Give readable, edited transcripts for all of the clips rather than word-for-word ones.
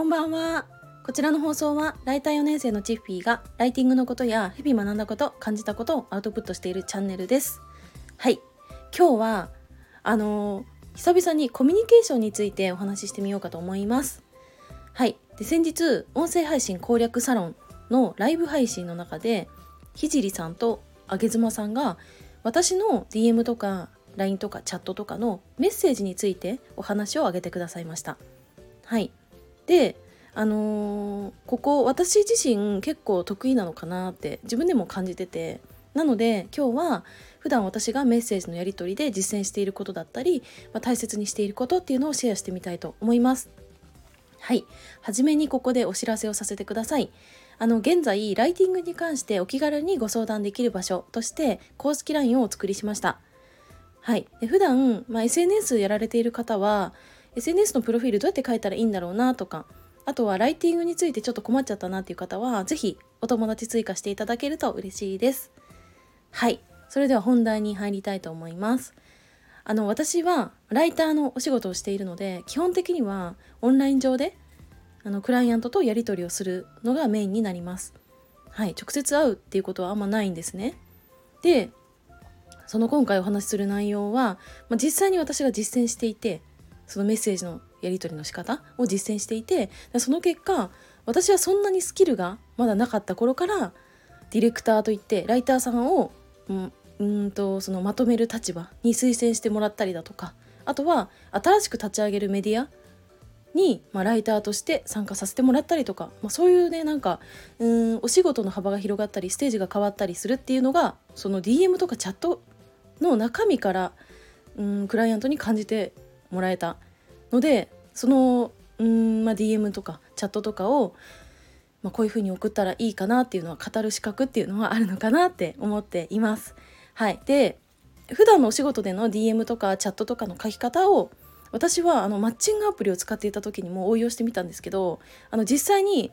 んばんは。こちらの放送はライター4年生のチッフィーがライティングのことや日々学んだこと、感じたことをアウトプットしているチャンネルです。はい、今日は久々にコミュニケーションについてお話ししてみようかと思います。はい、で先日音声配信攻略サロンのライブ配信の中でひじりさんとあげずまさんが私の DM とか LINE とかチャットとかのメッセージについてお話を挙げてくださいました。はい。で、ここ私自身結構得意なのかなって自分でも感じてて、なので今日は普段私がメッセージのやり取りで実践していることだったり、大切にしていることっていうのをシェアしてみたいと思います。はい。はじめにここでお知らせをさせてください。現在ライティングに関してお気軽にご相談できる場所として公式 LINE をお作りしました。はい。で普段、SNS やられている方はSNS のプロフィールどうやって書いたらいいんだろうなとか、あとはライティングについてちょっと困っちゃったなっていう方はぜひお友達追加していただけると嬉しいです。はい、それでは本題に入りたいと思います。私はライターのお仕事をしているので、基本的にはオンライン上でクライアントとやり取りをするのがメインになります。はい、直接会うっていうことはあんまないんですね。で、その今回お話しする内容は、実際に私が実践していて、そのメッセージのやり取りの仕方を実践していて、その結果私はそんなにスキルがまだなかった頃からディレクターといってライターさんをそのまとめる立場に推薦してもらったりだとか、あとは新しく立ち上げるメディアに、ライターとして参加させてもらったりとか、そういうね、お仕事の幅が広がったりステージが変わったりするっていうのが、その DM とかチャットの中身からクライアントに感じてもらえたので、そのDM とかチャットとかを、こういう風に送ったらいいかなっていうのは語る資格っていうのはあるのかなって思っています。はい。で、普段のお仕事での DM とかチャットとかの書き方を私はマッチングアプリを使っていた時にも応用してみたんですけど、実際に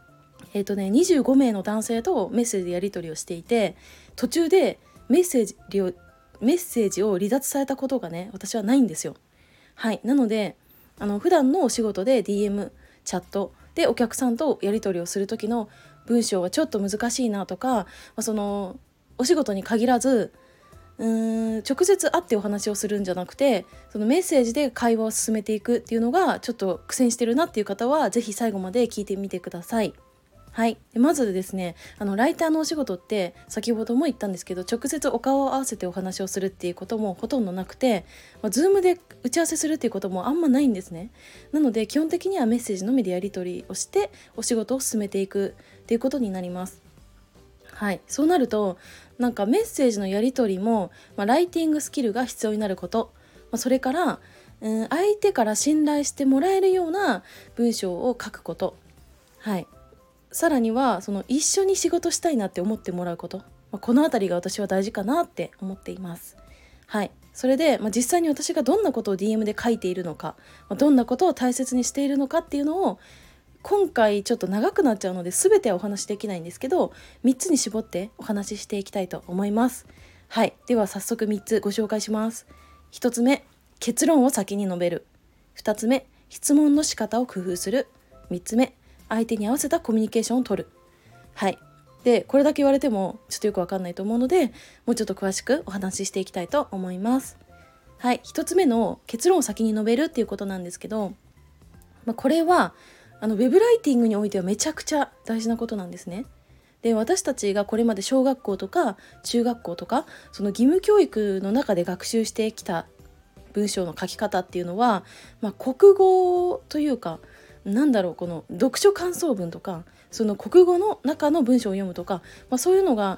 25名の男性とメッセージでやり取りをしていて、途中でメッセージを離脱されたことがね、私はないんですよ。はい。なので普段のお仕事で DM チャットでお客さんとやり取りをする時の文章はちょっと難しいなとか、そのお仕事に限らず直接会ってお話をするんじゃなくて、そのメッセージで会話を進めていくっていうのがちょっと苦戦してるなっていう方はぜひ最後まで聞いてみてください。はい。でまずですね、ライターのお仕事って先ほども言ったんですけど、直接お顔を合わせてお話をするっていうこともほとんどなくて、Zoom で打ち合わせするっていうこともあんまないんですね。なので基本的にはメッセージのみでやり取りをしてお仕事を進めていくっていうことになります。はい。そうなるとメッセージのやり取りも、ライティングスキルが必要になること、それから相手から信頼してもらえるような文章を書くこと、はい、さらにはその一緒に仕事したいなって思ってもらうこと、このあたりが私は大事かなって思っています。はい。それで、実際に私がどんなことを DM で書いているのか、どんなことを大切にしているのかっていうのを、今回ちょっと長くなっちゃうので全てはお話しできないんですけど、3つに絞ってお話ししていきたいと思います。はい。では早速3つご紹介します。1つ目、結論を先に述べる。2つ目、質問の仕方を工夫する。3つ目、相手に合わせたコミュニケーションを取る。はい。で、これだけ言われてもちょっとよくわかんないと思うので、もうちょっと詳しくお話ししていきたいと思います。はい。1つ目の結論を先に述べるっていうことなんですけど、これはウェブライティングにおいてはめちゃくちゃ大事なことなんですね。で、私たちがこれまで小学校とか中学校とかその義務教育の中で学習してきた文章の書き方っていうのは、国語というか、この読書感想文とかその国語の中の文章を読むとか、そういうのが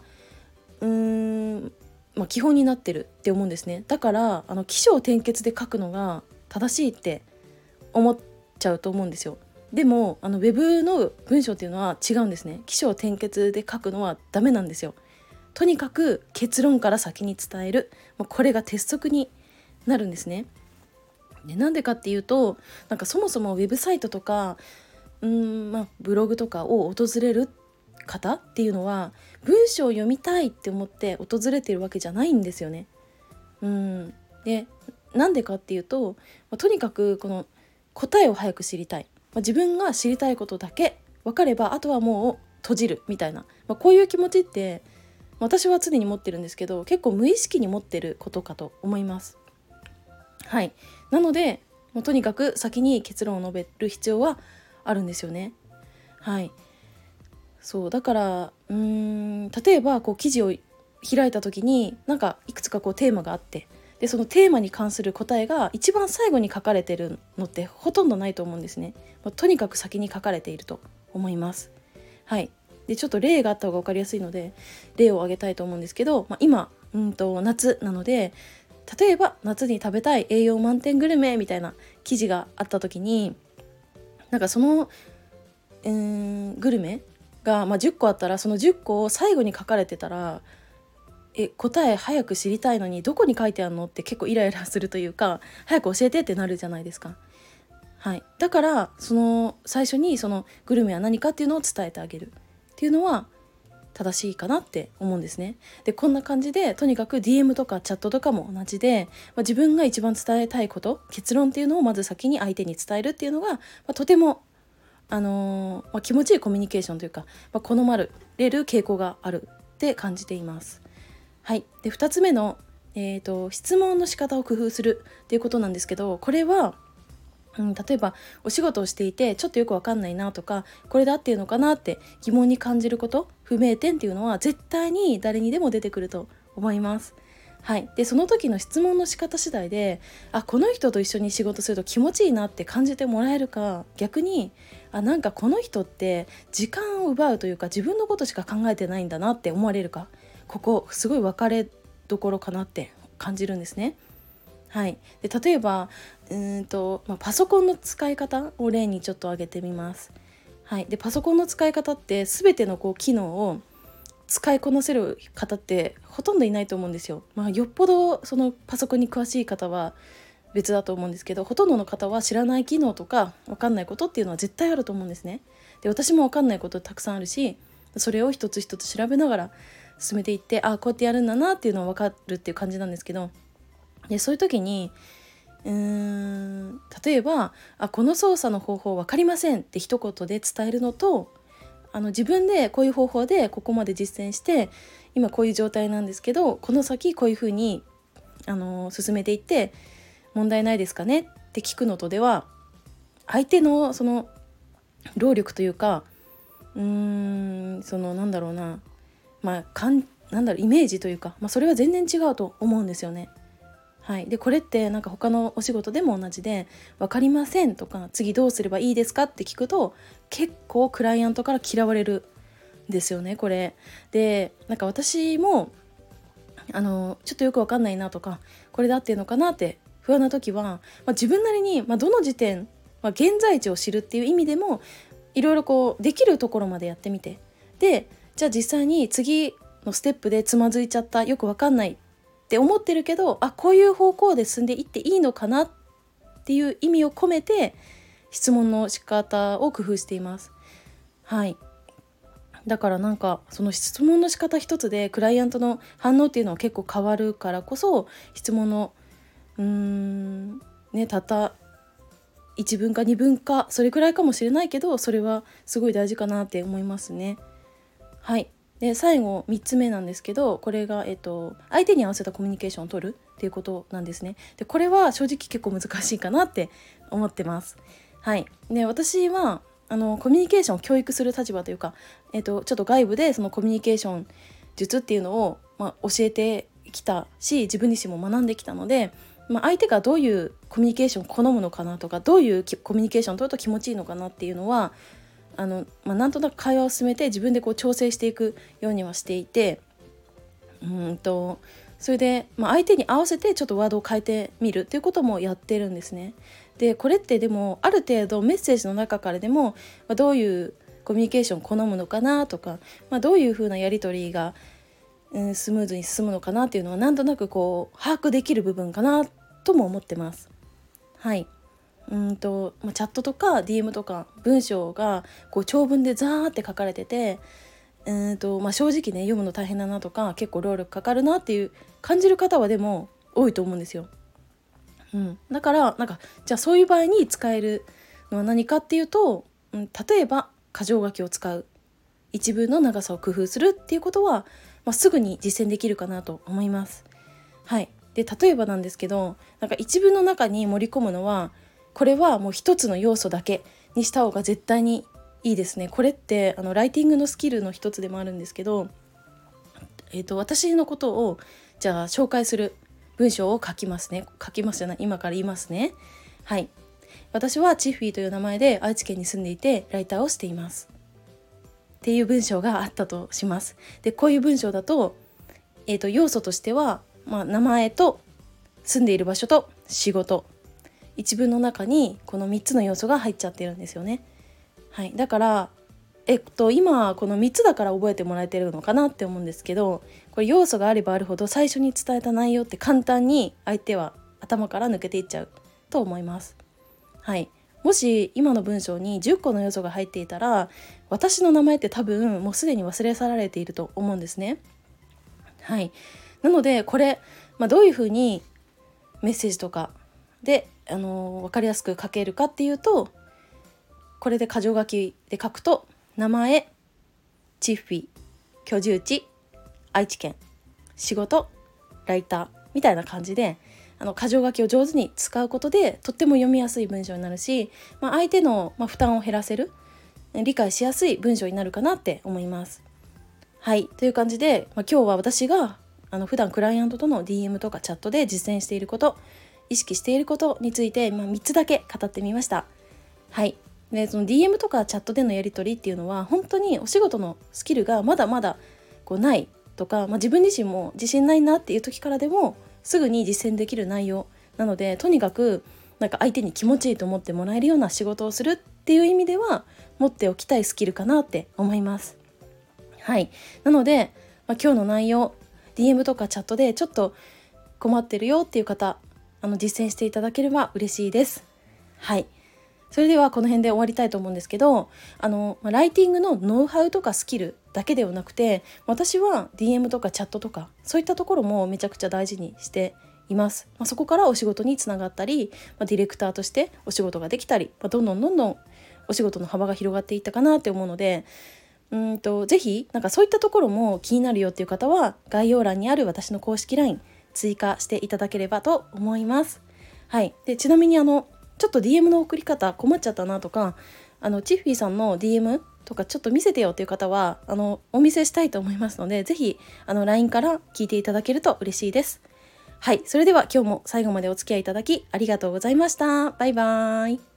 基本になってるって思うんですね。だから起承転結で書くのが正しいって思っちゃうと思うんですよ。でもウェブの文章っていうのは違うんですね。起承転結で書くのはダメなんですよ。とにかく結論から先に伝える、これが鉄則になるんですね。で、なんでかっていうと、そもそもウェブサイトとかブログとかを訪れる方っていうのは文章を読みたいって思って訪れてるわけじゃないんですよね。で、なんでかっていうと、とにかくこの答えを早く知りたい。 自分が知りたいことだけ分かればあとはもう閉じるみたいな、こういう気持ちって私は常に持ってるんですけど、結構無意識に持ってることかと思います。はい、なのでもうとにかく先に結論を述べる必要はあるんですよね。はい、そうだから例えば記事を開いた時になんかいくつかテーマがあって、でそのテーマに関する答えが一番最後に書かれてるのってほとんどないと思うんですね。とにかく先に書かれていると思います。はい、でちょっと例があった方が分かりやすいので例を挙げたいと思うんですけど、今夏なので、例えば夏に食べたい栄養満点グルメみたいな記事があった時に、なんかそのグルメが、10個あったらその10個を最後に書かれてたら、答え早く知りたいのにどこに書いてあるのって結構イライラするというか、早く教えてってなるじゃないですか。はい、だからその最初にそのグルメは何かっていうのを伝えてあげるっていうのは正しいかなって思うんですね。でこんな感じでとにかく DM とかチャットとかも同じで、自分が一番伝えたいこと結論っていうのをまず先に相手に伝えるっていうのが、とても気持ちいいコミュニケーションというか、好まれる傾向があるって感じています。はい、で2つ目の、質問の仕方を工夫するっていうことなんですけど、これは例えばお仕事をしていてちょっとよく分かんないなとか、これで合っていうのかなって疑問に感じること、不明点っていうのは絶対に誰にでも出てくると思います。はい、でその時の質問の仕方次第で、この人と一緒に仕事すると気持ちいいなって感じてもらえるか、逆になんかこの人って時間を奪うというか自分のことしか考えてないんだなって思われるか、ここすごい分かれどころかなって感じるんですね。はい、で例えばパソコンの使い方を例にちょっと挙げてみます。はい、でパソコンの使い方って全ての機能を使いこなせる方ってほとんどいないと思うんですよ。よっぽどそのパソコンに詳しい方は別だと思うんですけど、ほとんどの方は知らない機能とか分かんないことっていうのは絶対あると思うんですね。で私も分かんないことたくさんあるし、それを一つ一つ調べながら進めていって、こうやってやるんだなっていうのは分かるっていう感じなんですけど、でそういう時に例えばこの操作の方法分かりませんって一言で伝えるのと、自分でこういう方法でここまで実践して今こういう状態なんですけど、この先こういうふうに進めていって問題ないですかねって聞くのとでは、相手のその労力というかなんだろうな、イメージというか、それは全然違うと思うんですよね。はい、でこれってなんか他のお仕事でも同じで、分かりませんとか次どうすればいいですかって聞くと結構クライアントから嫌われるんですよね、これで。なんか私もちょっとよく分かんないなとか、これで合ってるのかなって不安な時は、自分なりに、どの時点、現在地を知るっていう意味でもいろいろできるところまでやってみて、でじゃあ実際に次のステップでつまずいちゃった、よく分かんないって思ってるけど、こういう方向で進んでいっていいのかなっていう意味を込めて質問の仕方を工夫しています。はい、だからなんかその質問の仕方一つでクライアントの反応っていうのは結構変わるからこそ、質問のたった1分か2分かそれくらいかもしれないけど、それはすごい大事かなって思いますね。はい、で最後3つ目なんですけど、これが、相手に合わせたコミュニケーションを取るっていうことなんですね。でこれは正直結構難しいかなって思ってます。はい、で私はコミュニケーションを教育する立場というか、ちょっと外部でそのコミュニケーション術っていうのを、教えてきたし、自分自身も学んできたので、相手がどういうコミュニケーションを好むのかなとか、どういうコミュニケーションを取ると気持ちいいのかなっていうのはなんとなく会話を進めて自分で調整していくようにはしていて、それで、相手に合わせてちょっとワードを変えてみるっていうこともやってるんですね。でこれってでもある程度メッセージの中からでも、どういうコミュニケーションを好むのかなとか、どういうふうなやり取りが、スムーズに進むのかなっていうのはなんとなく把握できる部分かなとも思ってます。はい、チャットとか DM とか文章が長文でザーって書かれてて、正直ね読むの大変だなとか結構労力かかるなっていう感じる方はでも多いと思うんですよ。だからなんかじゃあそういう場合に使える何かっていうと、例えば箇条書きを使う、一文の長さを工夫するっていうことは、すぐに実践できるかなと思います。はい。で例えばなんですけど、一文の中に盛り込むのは、これはもう一つの要素だけにした方が絶対にいいですね。これってライティングのスキルの一つでもあるんですけど、私のことをじゃあ紹介する文章を書きますね。今から言いますね。はい。私はチッフィーという名前で愛知県に住んでいてライターをしていますっていう文章があったとします。でこういう文章だと、要素としては、名前と住んでいる場所と仕事、一文の中にこの3つの要素が入っちゃってるんですよね。はい、だから今この3つだから覚えてもらえてるのかなって思うんですけど、これ要素があればあるほど最初に伝えた内容って簡単に相手は頭から抜けていっちゃうと思います。はい、もし今の文章に10個の要素が入っていたら、私の名前って多分もうすでに忘れ去られていると思うんですね。はい、なのでこれ、どういうふうにメッセージとかで、分かりやすく書けるかっていうと、これで箇条書きで書くと、名前、チッフィー、居住地、愛知県、仕事、ライターみたいな感じで、箇条書きを上手に使うことでとっても読みやすい文章になるし、相手の負担を減らせる、理解しやすい文章になるかなって思います。はい、という感じで、今日は私が普段クライアントとの DM とかチャットで実践していること、意識していることについて、3つだけ語ってみました。はい。でその DM とかチャットでのやり取りっていうのは、本当にお仕事のスキルがまだまだないとか、自分自身も自信ないなっていう時からでもすぐに実践できる内容なので、とにかく相手に気持ちいいと思ってもらえるような仕事をするっていう意味では持っておきたいスキルかなって思います。はい。なので、今日の内容 DM とかチャットでちょっと困ってるよっていう方、実践していただければ嬉しいです。はい。それではこの辺で終わりたいと思うんですけど、ライティングのノウハウとかスキルだけではなくて、私は DM とかチャットとかそういったところもめちゃくちゃ大事にしています。そこからお仕事につながったり、ディレクターとしてお仕事ができたり、どんどんお仕事の幅が広がっていったかなって思うので、ぜひそういったところも気になるよっていう方は、概要欄にある私の公式 LINE 追加していただければと思います。はい。でちなみにちょっと DM の送り方困っちゃったなとか、チッフィーさんの DM とかちょっと見せてよっていう方はお見せしたいと思いますので、ぜひLINE から聞いていただけると嬉しいです。はい、それでは今日も最後までお付き合いいただきありがとうございました。バイバーイ。